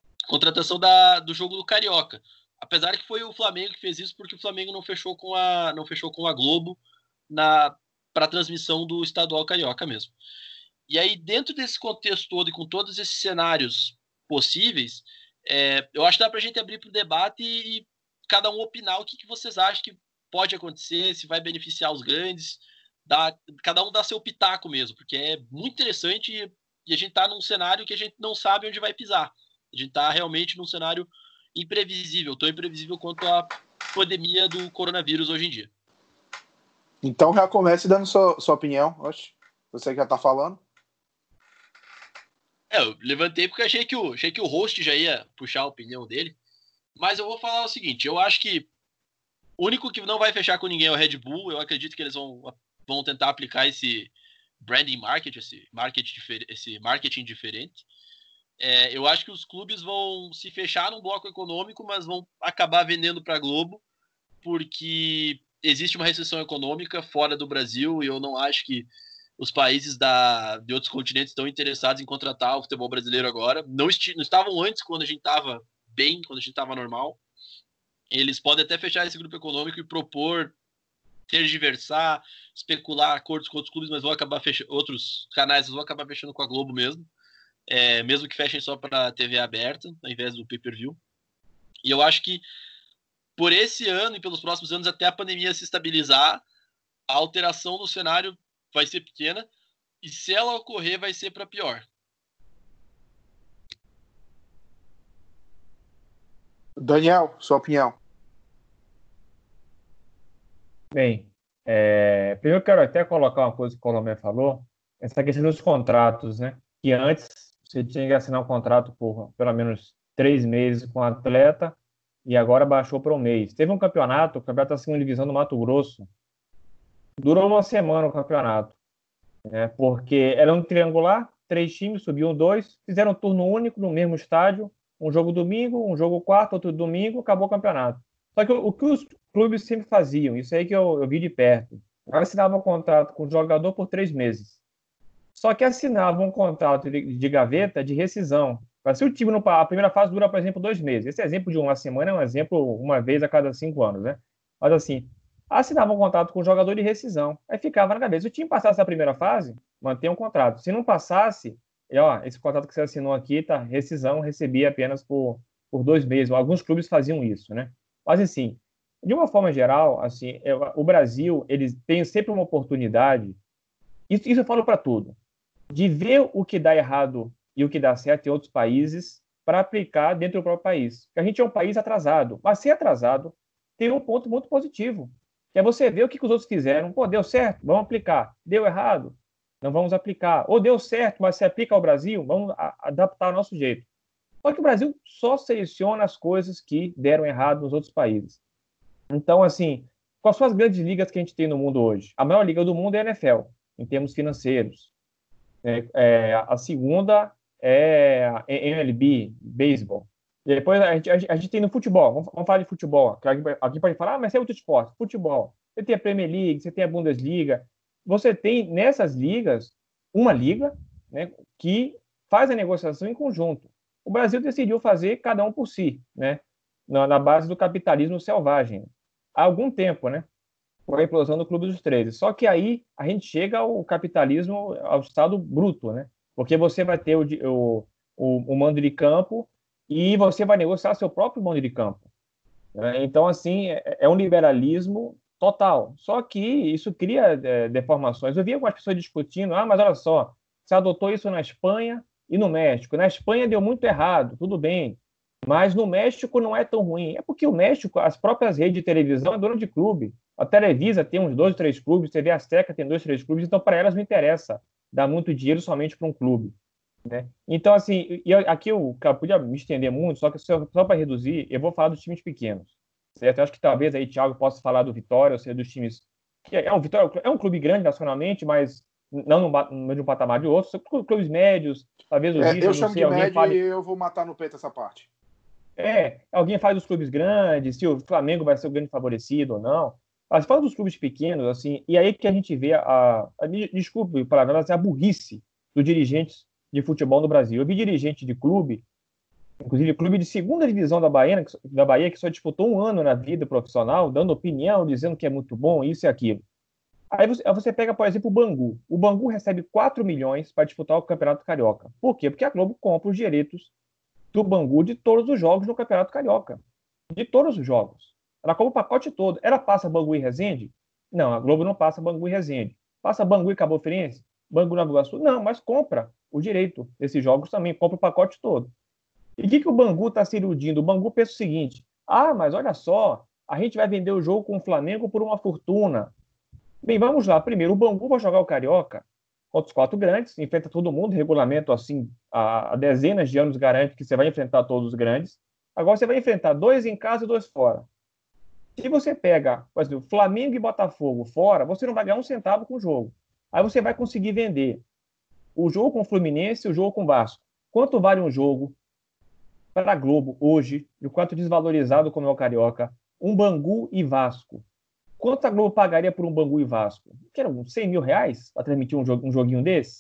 jogo do Carioca. Apesar que foi o Flamengo que fez isso, porque o Flamengo não fechou com a Globo para a transmissão do estadual Carioca mesmo. E aí, dentro desse contexto todo e com todos esses cenários possíveis, eu acho que dá para a gente abrir para o debate e cada um opinar o que vocês acham que pode acontecer, se vai beneficiar os grandes, cada um dá seu pitaco mesmo, porque é muito interessante e a gente está num cenário que a gente não sabe onde vai pisar. A gente está realmente num cenário imprevisível, tão imprevisível quanto a pandemia do coronavírus hoje em dia. Então já comece dando sua opinião. Oxe, você que já está falando. Eu levantei porque achei que o host já ia puxar a opinião dele, mas eu vou falar o seguinte: eu acho que o único que não vai fechar com ninguém é o Red Bull. Eu acredito que eles vão tentar aplicar esse branding marketing, esse marketing diferente. Eu acho que os clubes vão se fechar num bloco econômico, mas vão acabar vendendo para a Globo, porque existe uma recessão econômica fora do Brasil e eu não acho que os países de outros continentes estão interessados em contratar o futebol brasileiro agora. Não estavam antes, quando a gente estava bem, quando a gente estava normal. Eles podem até fechar esse grupo econômico e propor tergiversar, especular acordos com outros clubes, mas outros canais vão acabar fechando com a Globo mesmo. Mesmo que fechem só para a TV aberta, ao invés do pay-per-view. E eu acho que por esse ano e pelos próximos anos, até a pandemia se estabilizar, a alteração do cenário vai ser pequena, e se ela ocorrer, vai ser para pior. Daniel, sua opinião. Bem, primeiro eu quero até colocar uma coisa que o Colomé falou, essa questão dos contratos, né? Que antes você tinha que assinar um contrato por pelo menos 3 meses com o atleta e agora baixou para um mês. Teve um campeonato, o campeonato da segunda divisão do Mato Grosso, durou uma semana o campeonato, né? Porque era um triangular, 3 times, subiam 2, fizeram um turno único no mesmo estádio, um jogo domingo, um jogo quarto, outro domingo, acabou o campeonato. Só que o que os clubes sempre faziam, isso aí que eu vi de perto, assinavam um contrato com o jogador por 3 meses. Só que assinavam um contrato de gaveta de rescisão. Se o time, a primeira fase dura, por exemplo, 2 meses. Esse exemplo de uma semana é um exemplo uma vez a cada 5 anos, né? Mas assim, assinavam um contrato com o jogador de rescisão. Aí ficava na cabeça. Se o time passasse a primeira fase, mantinha um contrato. Se não passasse, esse contrato que você assinou aqui, tá, rescisão, recebia apenas por 2 meses. Alguns clubes faziam isso, né? Mas assim, de uma forma geral, assim, o Brasil, eles têm sempre uma oportunidade, isso eu falo para tudo, de ver o que dá errado e o que dá certo em outros países para aplicar dentro do próprio país. Porque a gente é um país atrasado, mas ser atrasado tem um ponto muito positivo, que é você ver o que os outros fizeram. Pô, deu certo, vamos aplicar. Deu errado, não vamos aplicar. Ou deu certo, mas se aplica ao Brasil, vamos adaptar ao nosso jeito. Só que o Brasil só seleciona as coisas que deram errado nos outros países. Então, assim, quais são as grandes ligas que a gente tem no mundo hoje? A maior liga do mundo é a NFL, em termos financeiros. A segunda é a MLB, beisebol. Depois a gente tem no futebol, vamos falar de futebol. Alguém pode falar, mas é outro esporte, futebol. Você tem a Premier League, você tem a Bundesliga. Você tem nessas ligas uma liga, né, que faz a negociação em conjunto. O Brasil decidiu fazer cada um por si, né, na base do capitalismo selvagem. Há algum tempo, né? Com a implosão do Clube dos 13. Só que aí a gente chega ao capitalismo, ao estado bruto, né? Porque você vai ter o mando de campo e você vai negociar seu próprio mando de campo. Né? Então, assim, é um liberalismo total. Só que isso cria deformações. Eu vi algumas pessoas discutindo, mas olha só, você adotou isso na Espanha e no México. Na Espanha deu muito errado, tudo bem. Mas no México não é tão ruim. É porque o México, as próprias redes de televisão é dona de clube. A Televisa tem uns 2, 3 clubes, a TV Azteca tem 2, 3 clubes, então para elas não interessa dar muito dinheiro somente para um clube. Né? Então, assim, aqui eu podia me estender muito, só que só para reduzir, eu vou falar dos times pequenos. Certo? Eu acho que talvez aí, Thiago, possa falar do Vitória, ou seja, dos times. Vitória é um clube grande nacionalmente, mas não no mesmo patamar de outros. São clubes médios, talvez os eu chamo de médio e eu vou matar no peito essa parte. Alguém faz os clubes grandes, se o Flamengo vai ser o grande favorecido ou não. Mas fala dos clubes pequenos, assim, e aí que a gente vê desculpe a burrice dos dirigentes de futebol no Brasil. Eu vi dirigente de clube, inclusive clube de segunda divisão da Bahia, que só disputou um ano na vida profissional, dando opinião, dizendo que é muito bom, isso e aquilo. Aí você pega, por exemplo, o Bangu. O Bangu recebe 4 milhões para disputar o Campeonato Carioca. Por quê? Porque a Globo compra os direitos do Bangu de todos os jogos no Campeonato Carioca. De todos os jogos. Ela compra o pacote todo. Ela passa Bangu e Resende? Não, a Globo não passa Bangu e Resende. Passa Bangu e Cabo Friense? Bangu e Nova Iguaçu? Não, mas compra o direito desses jogos também, compra o pacote todo. E o que o Bangu está se iludindo? O Bangu pensa o seguinte, mas olha só, a gente vai vender o jogo com o Flamengo por uma fortuna. Bem, vamos lá. Primeiro, o Bangu vai jogar o Carioca contra os 4 grandes, enfrenta todo mundo, regulamento assim, há dezenas de anos garante que você vai enfrentar todos os grandes. Agora você vai enfrentar 2 em casa e 2 fora. Se você pega, por exemplo, Flamengo e Botafogo fora, você não vai ganhar um centavo com o jogo. Aí você vai conseguir vender o jogo com o Fluminense e o jogo com o Vasco. Quanto vale um jogo para a Globo hoje, e o quanto desvalorizado como é o Carioca, um Bangu e Vasco? Quanto a Globo pagaria por um Bangu e Vasco? Que eram 100 mil reais para transmitir um joguinho desse?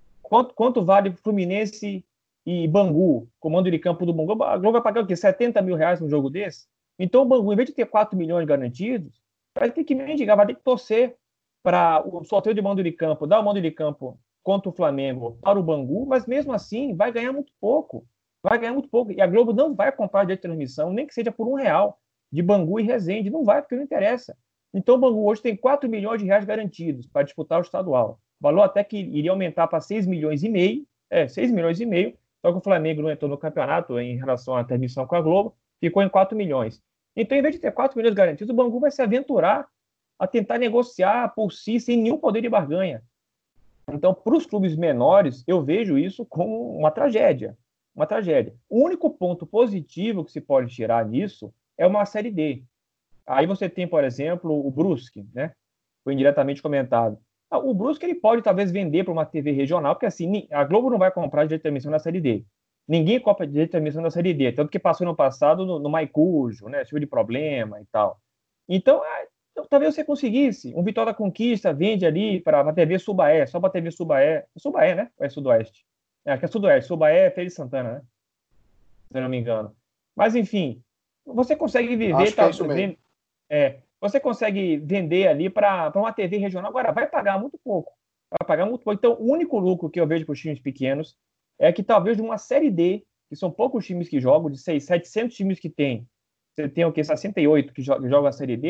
Quanto vale Fluminense e Bangu, comando de campo do Bangu? A Globo vai pagar o quê? 70 mil reais num jogo desse? Então o Bangu, em vez de ter 4 milhões garantidos, vai ter que mendigar, vai ter que torcer para o sorteio de mando de campo, dar o mando de campo contra o Flamengo para o Bangu, mas mesmo assim vai ganhar muito pouco. Vai ganhar muito pouco. E a Globo não vai comprar direito de transmissão, nem que seja por R$1 de Bangu e Resende. Não vai, porque não interessa. Então o Bangu hoje tem 4 milhões de reais garantidos para disputar o estadual. O valor até que iria aumentar para 6 milhões e meio. 6 milhões e meio. Só que o Flamengo não entrou no campeonato em relação à transmissão com a Globo, ficou em 4 milhões. Então, em vez de ter 4 milhões garantidos, o Bangu vai se aventurar a tentar negociar por si, sem nenhum poder de barganha. Então, para os clubes menores, eu vejo isso como uma tragédia. Uma tragédia. O único ponto positivo que se pode tirar nisso é uma Série D. Aí você tem, por exemplo, o Brusque, né? Foi indiretamente comentado. O Brusque ele pode, talvez, vender para uma TV regional, porque assim, a Globo não vai comprar direito de transmissão na Série D. Ninguém compra direito de transmissão na Série D, tanto que passou no passado no Maicujo, né? Tipo de problema e tal. Então, talvez você conseguisse. Um Vitória da Conquista vende ali para a TV Subaé, só para a TV Subaé. Subaé, né? Ou é Sudoeste? Aqui é Sudoeste. Subaé é Feira de Santana, né? Se eu não me engano. Mas, enfim, você consegue viver... Acho que é isso mesmo. Você consegue vender ali para uma TV regional. Agora, vai pagar muito pouco. Vai pagar muito pouco. Então, o único lucro que eu vejo para os times pequenos é que talvez de uma Série D, que são poucos times que jogam, de 700 times que tem, você tem o quê? 68 que jogam a Série D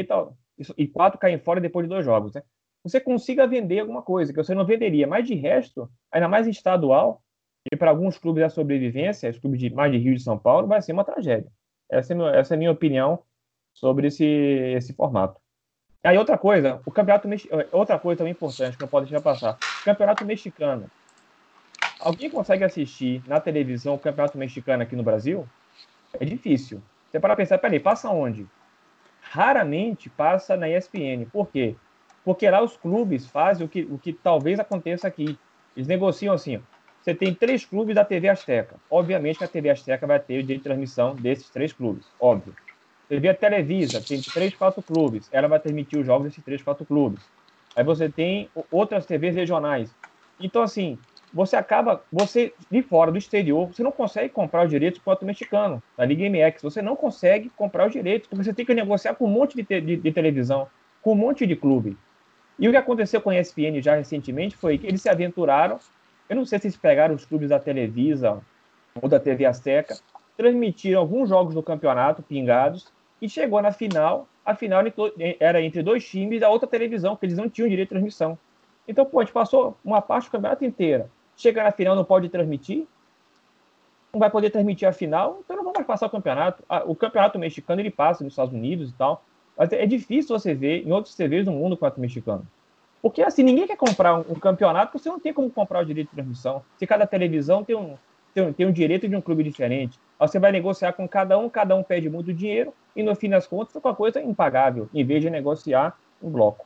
e 4 caem fora depois de 2 jogos, né? Você consiga vender alguma coisa, que você não venderia. Mas de resto, ainda mais em estadual, e para alguns clubes da sobrevivência, os clubes mais de Rio e de São Paulo, vai ser uma tragédia. Essa é a minha opinião sobre esse formato. Aí outra coisa, outra coisa também importante que não pode deixar passar, Campeonato Mexicano. Alguém consegue assistir na televisão o Campeonato Mexicano aqui no Brasil? É difícil. Você para pensar, peraí, passa onde? Raramente passa na ESPN. Por quê? Porque lá os clubes fazem o que talvez aconteça aqui. Eles negociam assim, ó, você tem 3 clubes da TV Azteca. Obviamente que a TV Azteca vai ter o direito de transmissão desses 3 clubes, óbvio. TV Televisa tem 3, 4 clubes. Ela vai transmitir os jogos desses 3, 4 clubes. Aí você tem outras TVs regionais. Então, assim, você de fora, do exterior, você não consegue comprar os direitos quanto o mexicano, da Liga MX. Você não consegue comprar os direitos, porque você tem que negociar com um monte de televisão, com um monte de clube. E o que aconteceu com a ESPN já recentemente foi que eles se aventuraram, eu não sei se eles pegaram os clubes da Televisa ou da TV Azteca, transmitiram alguns jogos do campeonato, pingados, e chegou na final, a final era entre 2 times da outra televisão, que eles não tinham direito de transmissão. Então, pô, a gente passou uma parte do campeonato inteira. Chega na final, não pode transmitir, não vai poder transmitir a final, então não vamos mais passar o campeonato. O campeonato mexicano, ele passa nos Estados Unidos e tal, mas é difícil você ver em outros TVs do mundo o campeonato mexicano. Porque, assim, ninguém quer comprar um campeonato porque você não tem como comprar o direito de transmissão. Se cada televisão tem um direito de um clube diferente. Aí você vai negociar com cada um pede muito dinheiro, e no fim das contas fica uma coisa impagável, em vez de negociar um bloco.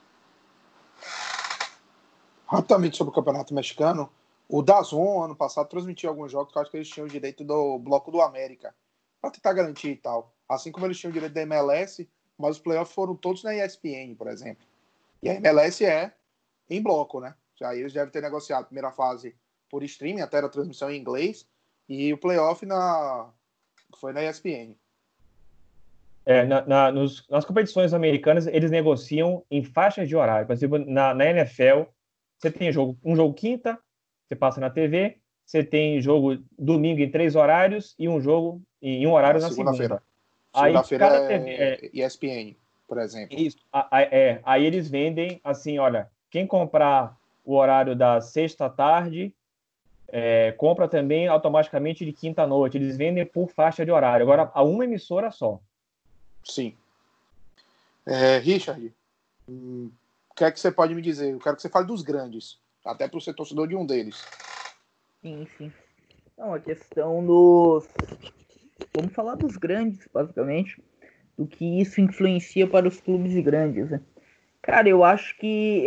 Rapidamente sobre o Campeonato Mexicano, o DAZN, ano passado, transmitiu alguns jogos que eu acho que eles tinham o direito do Bloco do América, para tentar garantir e tal. Assim como eles tinham o direito da MLS, mas os playoffs foram todos na ESPN, por exemplo. E a MLS é em bloco, né? Já eles devem ter negociado a primeira fase por streaming, até a transmissão em inglês, e o playoff foi na ESPN. Nas competições americanas, eles negociam em faixas de horário. Por exemplo, na NFL, você tem um jogo quinta, você passa na TV, você tem jogo domingo em 3 horários e um jogo em um horário na segunda. Segunda-feira é ESPN, por exemplo. Isso. Aí eles vendem assim, olha, quem comprar o horário da sexta à tarde, compra também automaticamente de quinta à noite. Eles vendem por faixa de horário. Agora, a uma emissora só. Sim. Richard, o que é que você pode me dizer? Eu quero que você fale dos grandes, até para ser torcedor de um deles. Sim. Não, a questão dos... Vamos falar dos grandes, basicamente, do que isso influencia para os clubes grandes, né? Cara, eu acho que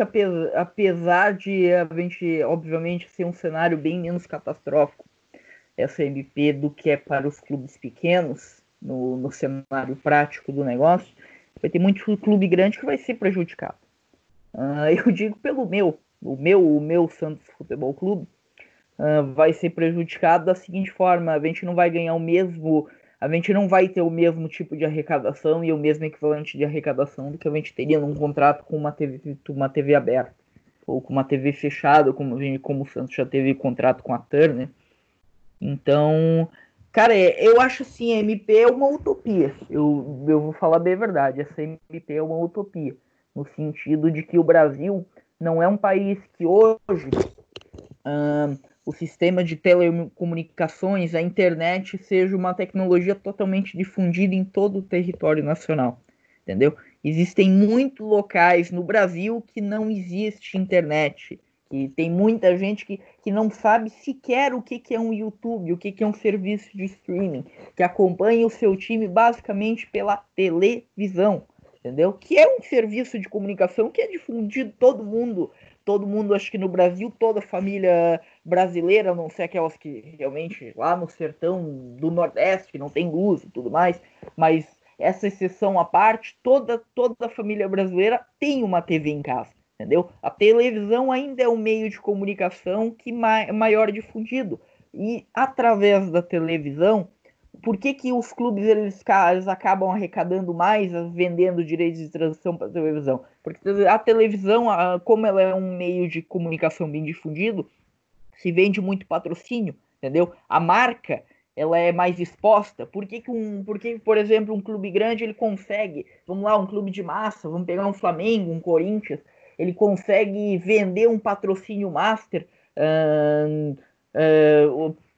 apesar de a gente, obviamente, ser um cenário bem menos catastrófico, essa MP, do que é para os clubes pequenos, no cenário prático do negócio, vai ter muito clube grande que vai ser prejudicado. Eu digo pelo o meu Santos Futebol Clube vai ser prejudicado da seguinte forma: a gente não vai ganhar a gente não vai ter o mesmo tipo de arrecadação e o mesmo equivalente de arrecadação do que a gente teria num contrato com uma TV aberta ou com uma TV fechada, como o Santos já teve contrato com a Turner. Então, cara, eu acho assim, a MP é uma utopia. Eu vou falar bem a verdade, essa MP é uma utopia, no sentido de que o Brasil não é um país que hoje o sistema de telecomunicações, a internet, seja uma tecnologia totalmente difundida em todo o território nacional, entendeu? Existem muitos locais no Brasil que não existe internet, que tem muita gente que não sabe sequer o que é um YouTube, o que é um serviço de streaming, que acompanha o seu time basicamente pela televisão, entendeu? Que é um serviço de comunicação que é difundido todo mundo, acho que no Brasil, toda família brasileira, a não ser aquelas que realmente lá no sertão do Nordeste, que não tem luz e tudo mais, mas essa exceção à parte, toda a família brasileira tem uma TV em casa, entendeu? A televisão ainda é o meio de comunicação que maior difundido, e através da televisão, por que os clubes eles acabam arrecadando mais, vendendo direitos de transmissão para a televisão? Porque a televisão, como ela é um meio de comunicação bem difundido, se vende muito patrocínio, entendeu? A marca, ela é mais exposta. Por que, por exemplo, um clube grande ele consegue, vamos lá, um clube de massa, vamos pegar um Flamengo, um Corinthians, ele consegue vender um patrocínio master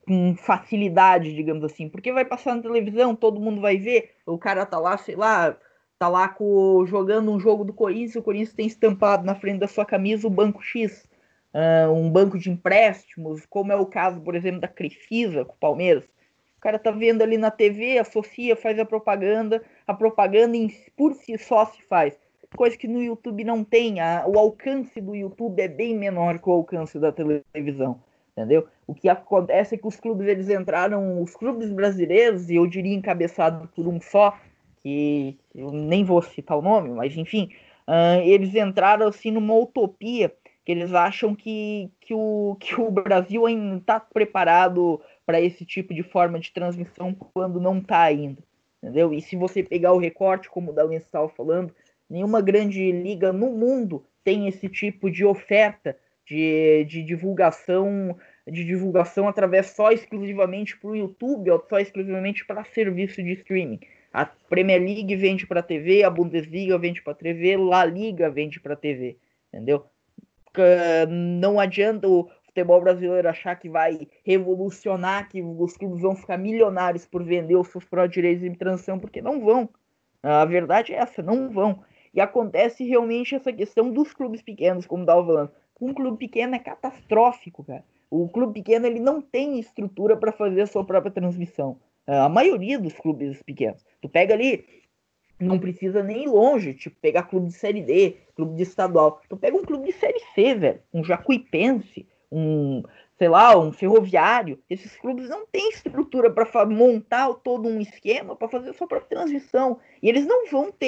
com facilidade, digamos assim, porque vai passar na televisão, todo mundo vai ver, o cara tá lá, sei lá, tá lá jogando um jogo do Corinthians, o Corinthians tem estampado na frente da sua camisa o Banco X, um banco de empréstimos, como é o caso, por exemplo, da Crefisa com o Palmeiras. O cara tá vendo ali na TV, associa, faz a propaganda por si só se faz. Coisa que no YouTube não tem, o alcance do YouTube é bem menor que o alcance da televisão. Entendeu? O que acontece é que os clubes brasileiros, e eu diria encabeçado por um só, que eu nem vou citar o nome, mas enfim, eles entraram assim numa utopia, que eles acham que o Brasil ainda está preparado para esse tipo de forma de transmissão quando não está ainda. Entendeu? E se você pegar o recorte, como o Dalens estava falando, nenhuma grande liga no mundo tem esse tipo de oferta de divulgação através só exclusivamente para o YouTube ou só exclusivamente para serviço de streaming. A Premier League vende para TV, a Bundesliga vende para TV, La Liga vende para TV, entendeu? Não adianta o futebol brasileiro achar que vai revolucionar, que os clubes vão ficar milionários por vender os seus próprios direitos de transmissão, porque não vão. A verdade é essa, não vão. E acontece realmente essa questão dos clubes pequenos, como estava falando. Um clube pequeno é catastrófico, cara. O clube pequeno ele não tem estrutura para fazer a sua própria transmissão. A maioria dos clubes pequenos. Tu pega ali, não precisa nem ir longe, tipo, pegar clube de Série D, clube de estadual. Tu pega um clube de Série C, velho. Um Jacuipense, sei lá, um Ferroviário. Esses clubes não têm estrutura para montar todo um esquema para fazer a sua própria transmissão. E eles não vão ter